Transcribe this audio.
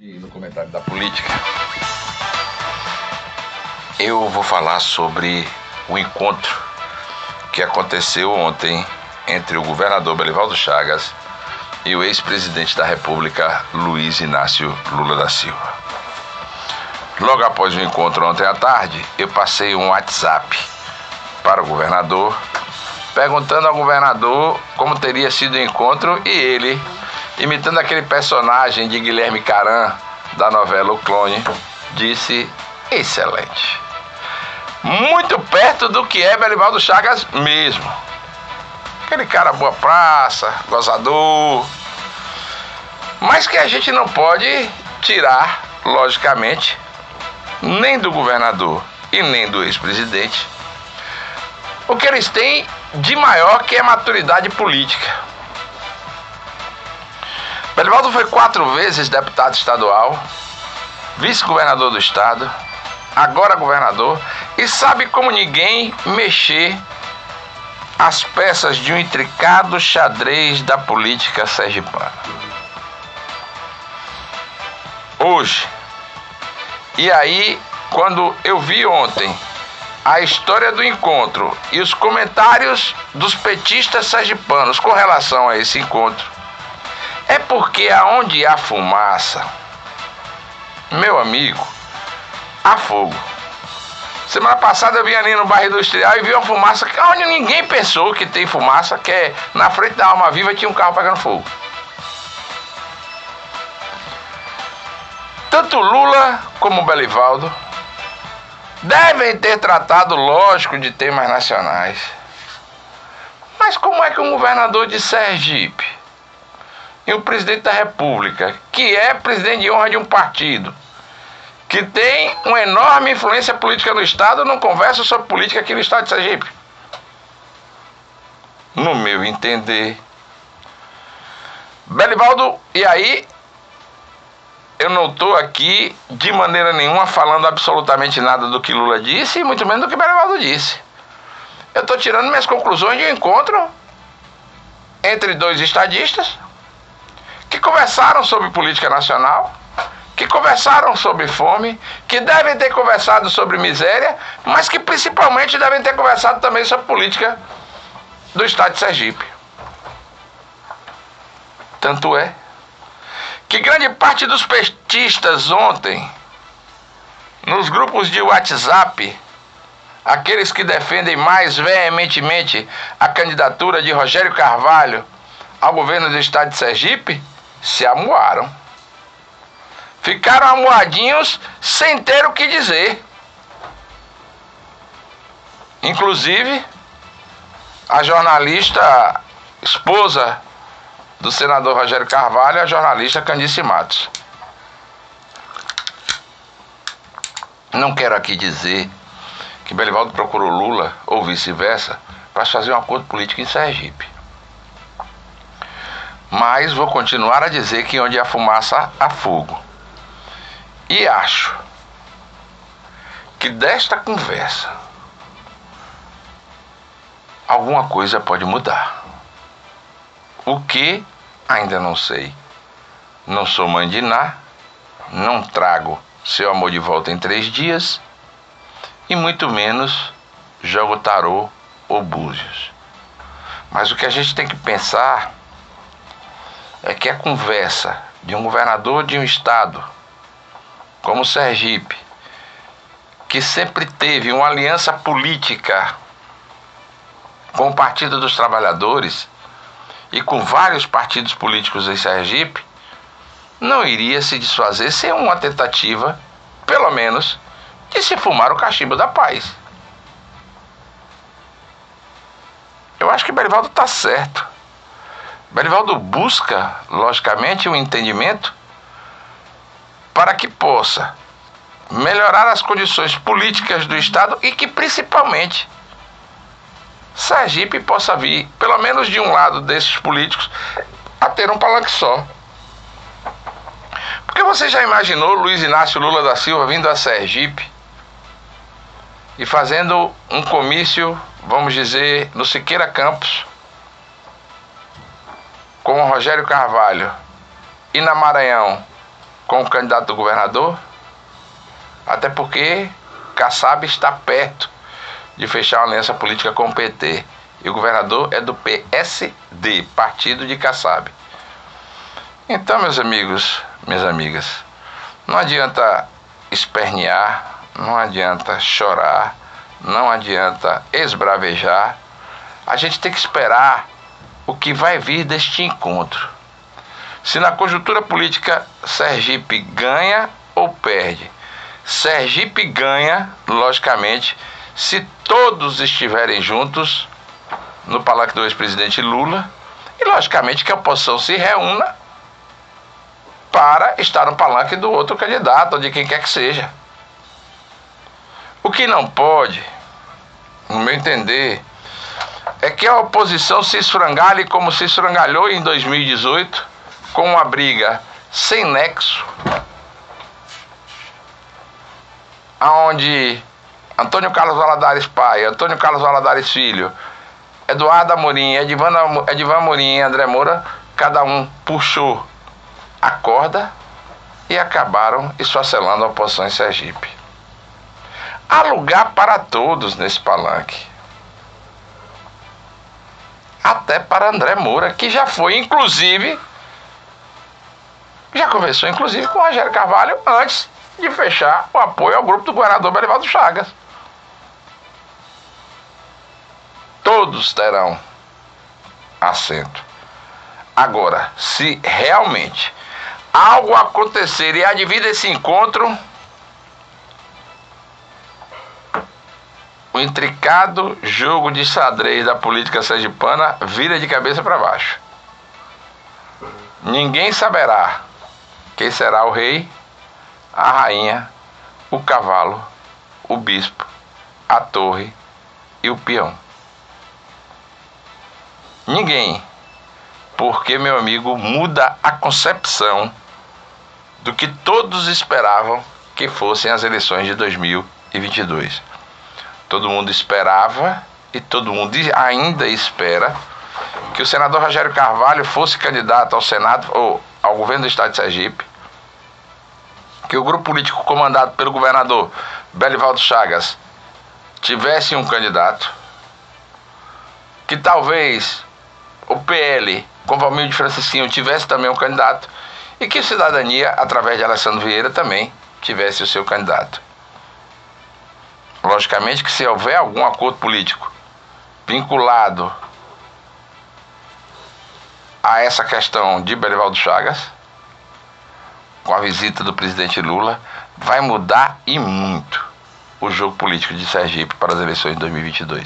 E no comentário da política, eu vou falar sobre o encontro que aconteceu ontem entre o governador Belivaldo Chagas e o ex-presidente da República, Luiz Inácio Lula da Silva. Logo após o encontro ontem à tarde, eu passei um WhatsApp para o governador, perguntando ao governador como teria sido o encontro, e ele, imitando aquele personagem de Guilherme Caran, da novela O Clone, disse: excelente. Muito perto do que é Belivaldo Chagas mesmo. Aquele cara boa praça, gozador. Mas que a gente não pode tirar, logicamente, nem do governador e nem do ex-presidente, o que eles têm de maior, que é maturidade política. Belivaldo foi 4 vezes deputado estadual, vice-governador do estado, agora governador, e sabe como ninguém mexer as peças de um intricado xadrez da política sergipana. Hoje, e aí, quando eu vi ontem a história do encontro e os comentários dos petistas sergipanos com relação a esse encontro, é porque aonde há fumaça, meu amigo, há fogo. Semana passada eu vim ali no bairro Industrial e vi uma fumaça onde ninguém pensou que tem fumaça, que é na frente da Alma Viva tinha um carro pegando fogo. Tanto Lula como Belivaldo devem ter tratado, lógico, de temas nacionais. Mas como é que um governador de Sergipe e o presidente da República, que é presidente de honra de um partido, que tem uma enorme influência política no estado, não conversam sobre política aqui no estado de Sergipe? No meu entender, Belivaldo, e aí eu não estou aqui de maneira nenhuma falando absolutamente nada do que Lula disse, e muito menos do que Belivaldo disse. Eu estou tirando minhas conclusões de um encontro entre 2 estadistas que conversaram sobre política nacional, que conversaram sobre fome, que devem ter conversado sobre miséria, mas que principalmente devem ter conversado também sobre política do estado de Sergipe. Tanto é que grande parte dos petistas ontem, nos grupos de WhatsApp, aqueles que defendem mais veementemente a candidatura de Rogério Carvalho ao governo do estado de Sergipe, se amuaram. Ficaram amuadinhos sem ter o que dizer. Inclusive, a jornalista, esposa do senador Rogério Carvalho, a jornalista Candice Matos. Não quero aqui dizer que Belivaldo procurou Lula, ou vice-versa, para fazer um acordo político em Sergipe. Mas vou continuar a dizer que onde há fumaça, há fogo. E acho que desta conversa alguma coisa pode mudar. O que? Ainda não sei. Não sou mãe de Ná, não trago seu amor de volta em 3 dias, e muito menos jogo tarô ou búzios. Mas o que a gente tem que pensar é que a conversa de um governador de um estado como Sergipe, que sempre teve uma aliança política com o Partido dos Trabalhadores e com vários partidos políticos em Sergipe, não iria se desfazer sem uma tentativa, pelo menos, de se fumar o cachimbo da paz. Eu acho que Belivaldo está certo. Belivaldo busca, logicamente, um entendimento para que possa melhorar as condições políticas do estado e que, principalmente, Sergipe possa vir, pelo menos de um lado desses políticos, a ter um palanque só. Porque você já imaginou Luiz Inácio Lula da Silva vindo a Sergipe e fazendo um comício, vamos dizer, no Siqueira Campos, com o Rogério Carvalho, e na Maranhão, com o candidato do governador, até porque Kassab está perto de fechar uma aliança política com o PT. E o governador é do PSD, partido de Kassab. Então, meus amigos, minhas amigas, não adianta espernear, não adianta chorar, não adianta esbravejar. A gente tem que esperar o que vai vir deste encontro. Se na conjuntura política Sergipe ganha ou perde. Sergipe ganha, logicamente, se todos estiverem juntos no palanque do ex-presidente Lula e, logicamente, que a oposição se reúna para estar no palanque do outro candidato, ou de quem quer que seja. O que não pode, no meu entender, é que a oposição se esfrangalhe como se esfrangalhou em 2018, com uma briga sem nexo, onde Antônio Carlos Valadares pai, Antônio Carlos Valadares filho, Eduardo Amorim, Edivan Amorim e André Moura, cada um puxou a corda e acabaram esfacelando a oposição em Sergipe. Há lugar para todos nesse palanque. Até para André Moura, que já foi, inclusive, já conversou, inclusive, com o Rogério Carvalho antes de fechar o apoio ao grupo do governador Belivaldo Chagas. Todos terão assento. Agora, se realmente algo acontecer e advir esse encontro, o intricado jogo de xadrez da política sergipana vira de cabeça para baixo. Ninguém saberá quem será o rei, a rainha, o cavalo, o bispo, a torre e o peão. Ninguém, porque, meu amigo, muda a concepção do que todos esperavam que fossem as eleições de 2022. Todo mundo esperava e todo mundo ainda espera que o senador Rogério Carvalho fosse candidato ao Senado ou ao governo do estado de Sergipe, que o grupo político comandado pelo governador Belivaldo Chagas tivesse um candidato, que talvez o PL com Valmir de Francisquinho tivesse também um candidato e que o Cidadania, através de Alessandro Vieira, também tivesse o seu candidato. Logicamente que se houver algum acordo político vinculado a essa questão de Belivaldo Chagas, com a visita do presidente Lula, vai mudar e muito o jogo político de Sergipe para as eleições de 2022.